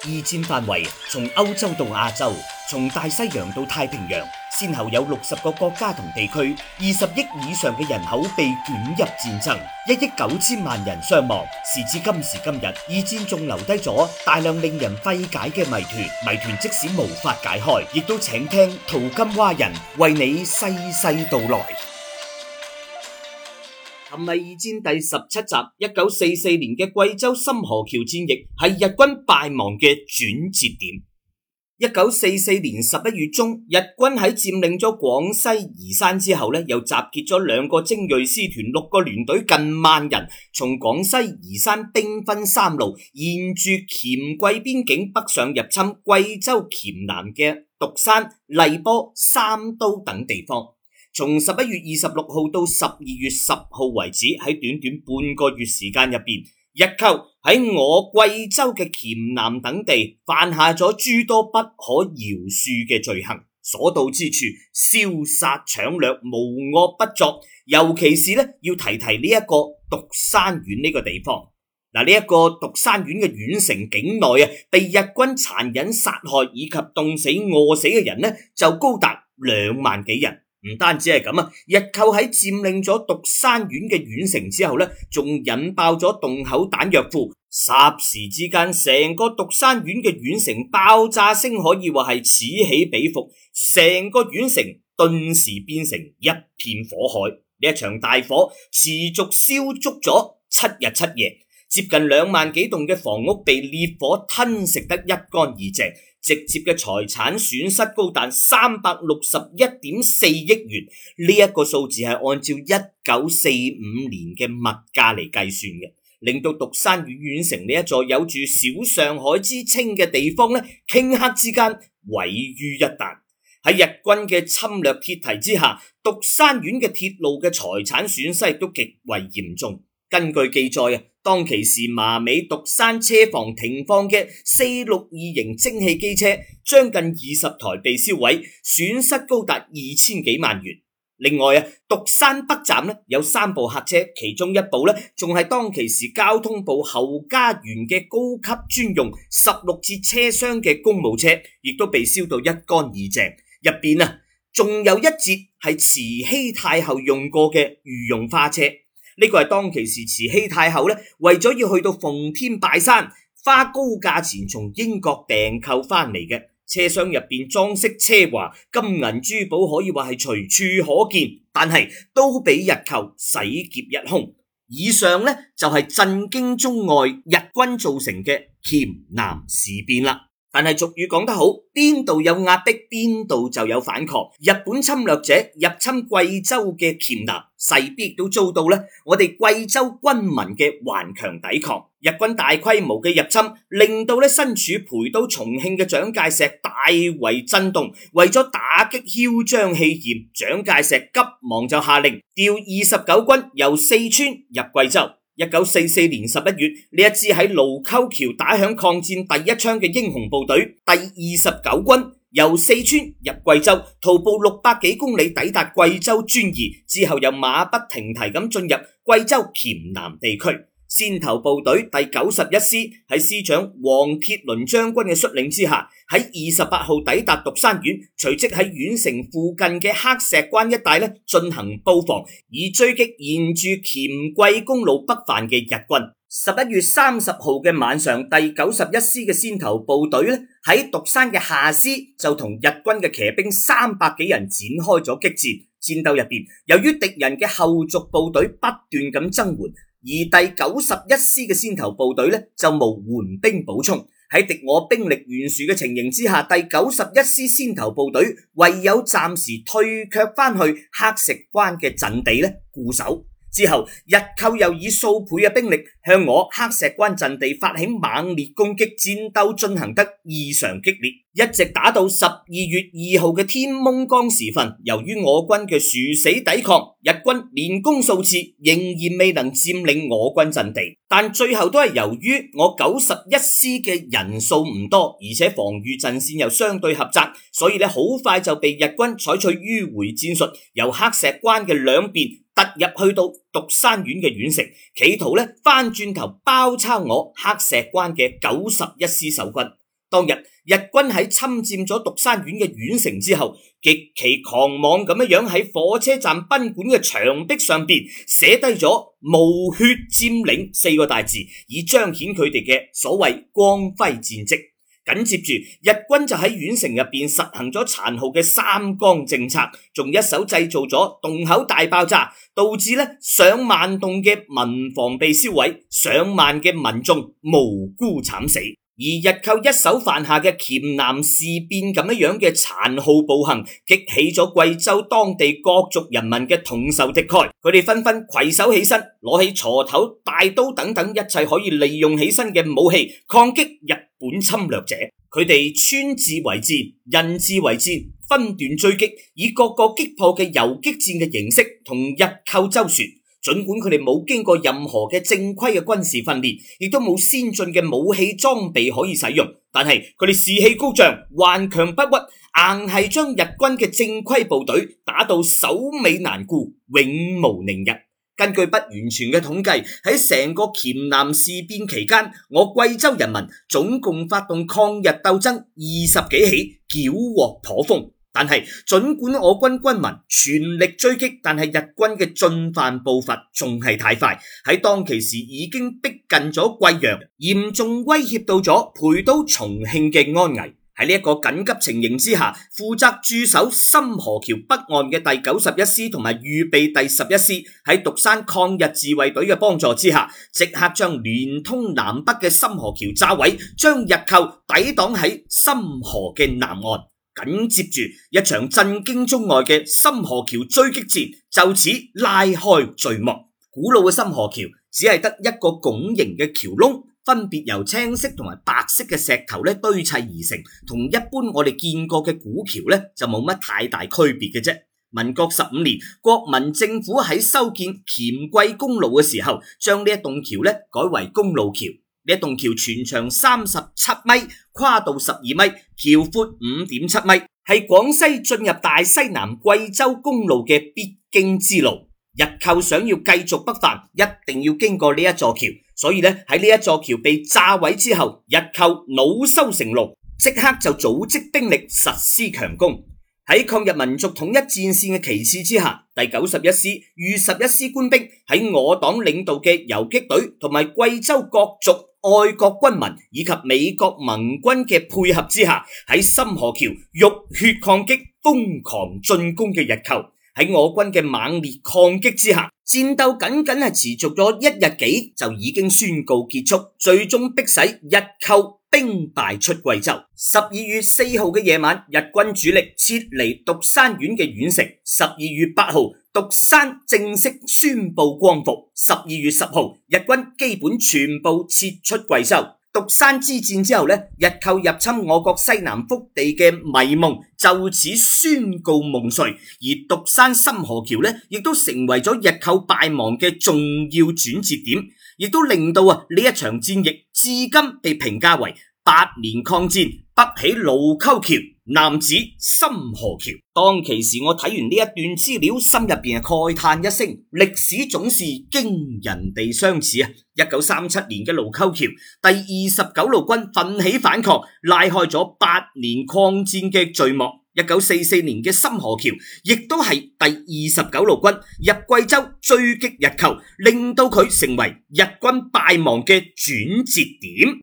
二戰範圍從歐洲到亞洲，從大西洋到太平洋，先後有60個國家同地區，20億以上嘅人口被捲入戰爭，1億9千萬人傷亡。時至今時今日，二戰仲留低咗大量令人費解嘅謎團，即使無法解開，亦都請聽淘金蛙人為你細細道來。尋日二戰第17集，1944年嘅貴州深河橋戰役係日軍敗亡嘅轉折點。1944年11月中，日軍喺佔領咗廣西宜山之後又集結咗2個精銳師團6個聯隊近1萬人，從廣西宜山兵分3路，沿住黔貴邊境北上入侵貴州黔南嘅獨山、荔波、三都等地方。從11月26號到12月10號為止，喺短短半個月時間入邊，日寇喺我貴州嘅黔南等地犯下咗諸多不可饒恕嘅罪行，所到之處燒殺搶掠，無惡不作。尤其是要提呢一個獨山縣呢個地方。呢一個獨山縣嘅縣城境內被日軍殘忍殺害以及凍死餓死嘅人就高達2萬幾人。唔單止係咁，日寇喺佔領咗獨山縣嘅縣城之後仲引爆咗洞口彈藥庫，霎時之間成個獨山縣嘅縣城爆炸聲可以話係此起彼伏，成個縣城頓時變成一片火海。呢一場大火持續燒足咗7日7夜，接近2萬幾棟嘅房屋被烈火吞食得一乾二淨，直接嘅財產損失高達361.4億元，呢一個數字係按照1945年嘅物價嚟計算嘅，令到獨山縣縣城呢一座有住小上海之稱嘅地方頃刻之間毀於一旦。喺日軍嘅侵略鐵蹄之下，獨山縣嘅鐵路嘅財產損失亦都極為嚴重。根據記載當其時麻尾獨山車房停放嘅462型蒸汽機車將近20台被燒毀，損失高達2000幾萬元。另外獨山北站有3部客車，其中一部仲係當其時交通部侯家園嘅高級專用16節車廂嘅公務車，亦都被燒到一乾二淨。入邊仲有一節係慈禧太后用過嘅御用花車。呢個係當其時慈禧太后為咗要去到奉天拜山，花高價錢從英國訂購翻嚟嘅。車廂入邊裝飾奢華，金銀珠寶可以話係隨處可見，但係都俾日寇洗劫一空。以上就係震驚中外日軍造成嘅黔南事變啦。但係俗語講得好，邊度有壓迫，邊度就有反抗。日本侵略者入侵貴州嘅黔南，勢必亦都遭到我哋貴州軍民嘅頑強抵抗。日軍大規模嘅入侵，令到身處陪都重慶嘅蔣介石大為震動。為咗打擊囂張氣焰，蔣介石急忙就下令調29軍由四川入貴州。1944年11月，呢一支喺盧溝橋打響抗戰第一槍嘅英雄部隊第29軍由四川入貴州，徒步600幾公里抵達貴州遵義，之後又馬不停蹄咁進入貴州黔南地區。先頭部隊第91師喺師長黃鐵倫將軍嘅率領之下，喺28號抵達獨山縣，隨即喺縣城附近嘅黑石關一帶進行布防，以追擊沿住黔貴公路北犯嘅日軍。11月30號嘅晚上，第91師嘅先頭部隊喺獨山嘅下師就同日軍嘅騎兵300幾人展開咗激戰。戰鬥入邊，由於敵人嘅後續部隊不斷咁增援，而第91師嘅先頭部隊就無援兵補充，喺敵我兵力懸殊嘅情形之下，第91師先頭部隊唯有暫時退卻翻去黑石關嘅陣地固守。之後日寇又以數倍嘅兵力向我黑石關陣地發起猛烈攻擊，戰鬥進行得異常激烈，一直打到12月2號嘅天蒙光時分。由於我軍嘅殊死抵抗，日軍連攻數次仍然未能佔領我軍陣地，但最後都係由於我91師嘅人數唔多，而且防禦陣線又相對狹窄，所以好快就被日軍採取迂回戰術，由黑石關嘅兩邊突入去到獨山縣嘅縣城，企圖翻轉頭包抄我黑石關嘅91師守軍。 當日日軍喺侵佔咗獨山縣嘅縣城之後，極其狂妄咁樣喺火車站賓館嘅牆壁上邊寫低咗無血佔領4個大字，以彰顯佢哋嘅所謂光輝戰績。緊接住，日軍就喺縣城入邊實行咗殘酷嘅三光政策，仲一手製造咗洞口大爆炸，導致上萬棟嘅民房被燒毀，上萬嘅民眾無辜慘死。而日寇一手犯下嘅黔南事變咁樣嘅殘酷暴行，激起咗貴州當地各族人民嘅同仇敵愾，佢哋紛紛攜手起身，攞起鋤頭、大刀等等一切可以利用起身嘅武器，抗擊日本侵略者。佢哋村自為戰，人自為戰，分段追擊，以各個擊破嘅游擊戰嘅形式同日寇周旋。儘管佢哋冇經過任何嘅正規嘅軍事訓練，亦都冇先進嘅武器裝備可以使用，但係佢哋士氣高漲，頑強不屈，硬係將日軍嘅正規部隊打到首尾難顧，永無寧日。根據不完全嘅統計，喺成個黔南事變期間，我貴州人民總共發動抗日鬥爭20幾起，繳獲頗豐。但係儘管我軍軍民全力追擊，但係日軍嘅進犯步伐仲係太快，喺當其時已經逼近咗貴陽，嚴重威脅到咗陪都重慶嘅安危。喺呢一個緊急情形之下，負責駐守深河橋北岸嘅第91師同埋預備第11師喺獨山抗日自衛隊嘅幫助之下，即刻將連通南北嘅深河橋炸毀，將日寇抵擋喺深河嘅南岸。緊接住一場震驚中外嘅深河橋追擊戰就此拉開序幕。古老嘅深河橋只係得一個拱形嘅橋窿，分別由青色同埋白色嘅石頭堆砌而成，同一般我哋見過嘅古橋就冇乜太大區別嘅啫。民國15年，國民政府喺修建黔桂公路嘅時候，將呢一棟橋改為公路橋。呢一棟橋全長37米，跨度12米，橋闊5.7米，係廣西進入大西南貴州公路嘅必經之路。日寇想要繼續北犯，一定要經過呢一座橋，所以喺呢一座橋被炸毀之後，日寇惱羞成怒，即刻就組織兵力實施強攻。喺抗日民族統一戰線嘅旗幟之下，第91師、豫11師官兵喺我黨領導嘅游擊隊同埋貴州各族愛國軍民以及美國盟軍嘅配合之下，喺深河橋浴血抗擊瘋狂進攻嘅日寇。喺我軍嘅猛烈抗擊之下，戰鬥僅僅係持續咗1日幾就已經宣告結束，最終迫使日寇兵敗出貴州。12月4號嘅夜晚，日軍主力撤離獨山縣嘅縣城。12月8號，獨山正式宣布光復。12月10號，日軍基本全部撤出貴州。獨山之戰之後日寇入侵我國西南腹地嘅迷夢就此宣告夢碎，而獨山深河橋亦都成為咗日寇敗亡嘅重要轉折點，亦都令到呢一場戰役至今被評價為8年抗戰北起盧溝橋，南指深河橋。當其時我睇完呢一段資料，心入邊慨嘆一聲，歷史總是驚人地相似啊！1937年嘅盧溝橋，第29路軍奮起反抗，拉開咗8年抗戰嘅序幕。1944年嘅深河橋，亦都係第29路軍入貴州追擊日寇，令到佢成為日軍敗亡嘅轉折點。